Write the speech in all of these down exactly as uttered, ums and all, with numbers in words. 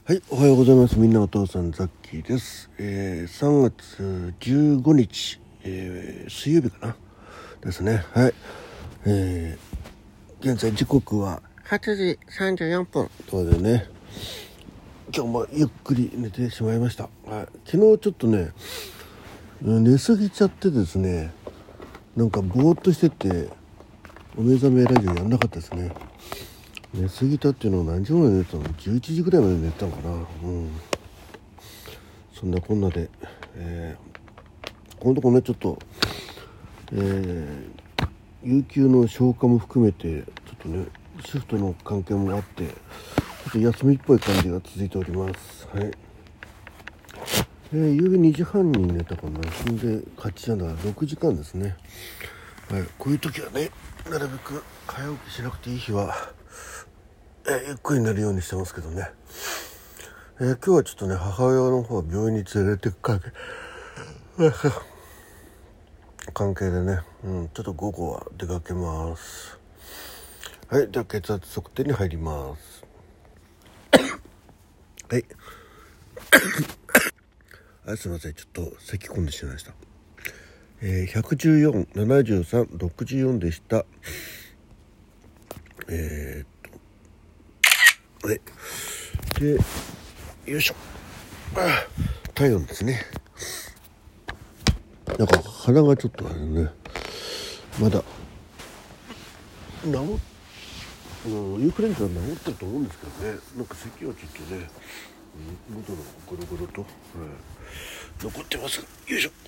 はい、おはようございます。みんなお父さんザッキーです。えー、さんがつじゅうごにち、えー、水曜日かなですね。はい。えー、現在時刻ははちじさんじゅうよんぷんということでね、今日もゆっくり寝てしまいました。はい、昨日ちょっとね、寝すぎちゃってですね、なんかぼーっとしてて、お目覚めラジオやんなかったですね。寝すぎたっていうのは何時ぐらい寝たの ?じゅういちじぐらいまで寝たのかな。うん。そんなこんなで、えー、このとこねちょっと、えー、有給の消化も含めてちょっとねシフトの関係もあってちょっと休みっぽい感じが続いております。はい。えー、夕べにじはんに寝たかな。そんではちじはんだからろくじかんですね。はい。こういう時はねなるべく早起きしなくていい日は、えー、ゆっくり寝るようにしてますけどね。えー、今日はちょっとね母親の方は病院に連れてくか関係でね、うん、ちょっと午後は出かけます。はい。では血圧測定に入ります。はい。あ、すいません、ちょっと咳込んでしまいました。えー、ひゃくじゅうよん、ななじゅうさん、ろくじゅうよんでした。えー、っとはいでよいしょ。あ、体温ですね。なんか鼻がちょっとあれね、まだ治っうん、インフルエンザは治ってると思うんですけどね。なんか咳はちょっとね、うん、喉のゴロゴロと、はい、残ってます。よいしょ。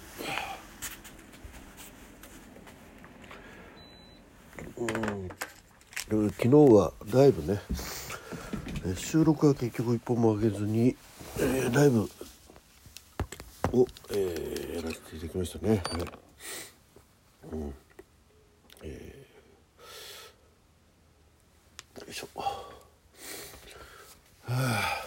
うん、昨日はライブね、収録は結局一本も上げずに、えー、ライブを、えー、やらせていただきましたね。はい。うん、えー、よいしょ。はあ、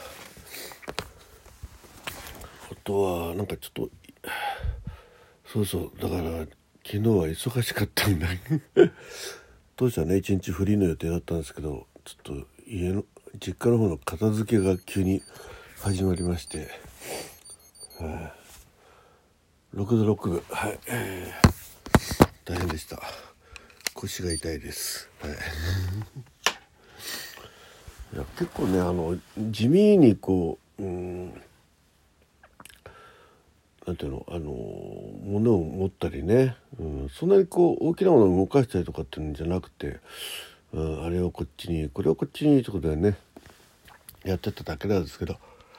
あとはなんかちょっとそうそうだから昨日は忙しかったんだ当初はね一日フリーの予定だったんですけど、ちょっと家の実家の方の片付けが急に始まりまして、はあ、ろくどろくぶ、はい、えー、大変でした。腰が痛いです。はい。いや結構ねあの地味にこう、うん、なんていうのあの物を持ったりね、うん、そんなにこう大きなものを動かしたりとかっていうんじゃなくて、うん、あれをこっちにこれをこっちにってことでねやってただけなんですけど、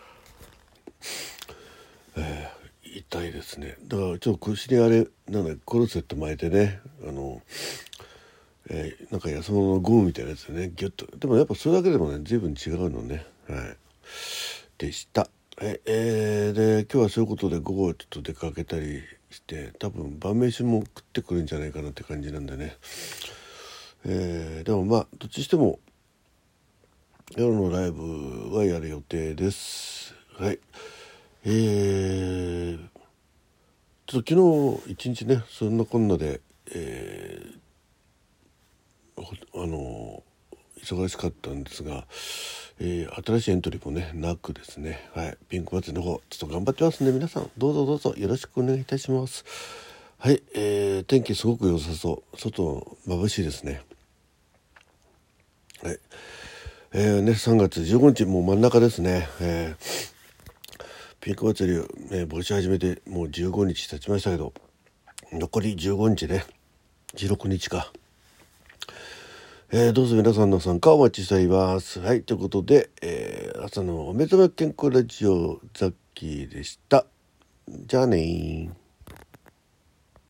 えー、痛いですね。だからちょっと腰にあれなんだコルセット巻いてね、あの、えー、なんか安物のゴムみたいなやつでねギュッと、でもやっぱそれだけでもね随分違うのね、はい、でした。ええー、で今日はそういうことで午後ちょっと出かけたりして多分晩飯も食ってくるんじゃないかなって感じなんでね、えー、でもまあどっちしても夜のライブはやる予定です。はい。えー、ちょっと昨日一日ねそんなこんなで、えー、あの忙しかったんですが、えー、新しいエントリーもねなくですね、はい、ピンク祭りの方ちょっと頑張ってますんで皆さんどうぞどうぞよろしくお願いいたします。はい、えー、天気すごく良さそう、外眩しいですね。はい、えー、ねさんがつじゅうごにちもう真ん中ですね。えー、ピンク祭りを、ね、募集始めてもうじゅうごにち経ちましたけど残りじゅうごにちね、じゅうろくにちか。えー、どうぞ皆さんの参加をお待ちしております。はい、ということで、えー、朝のお目覚め健康ラジオザッキーでした。じゃあねー。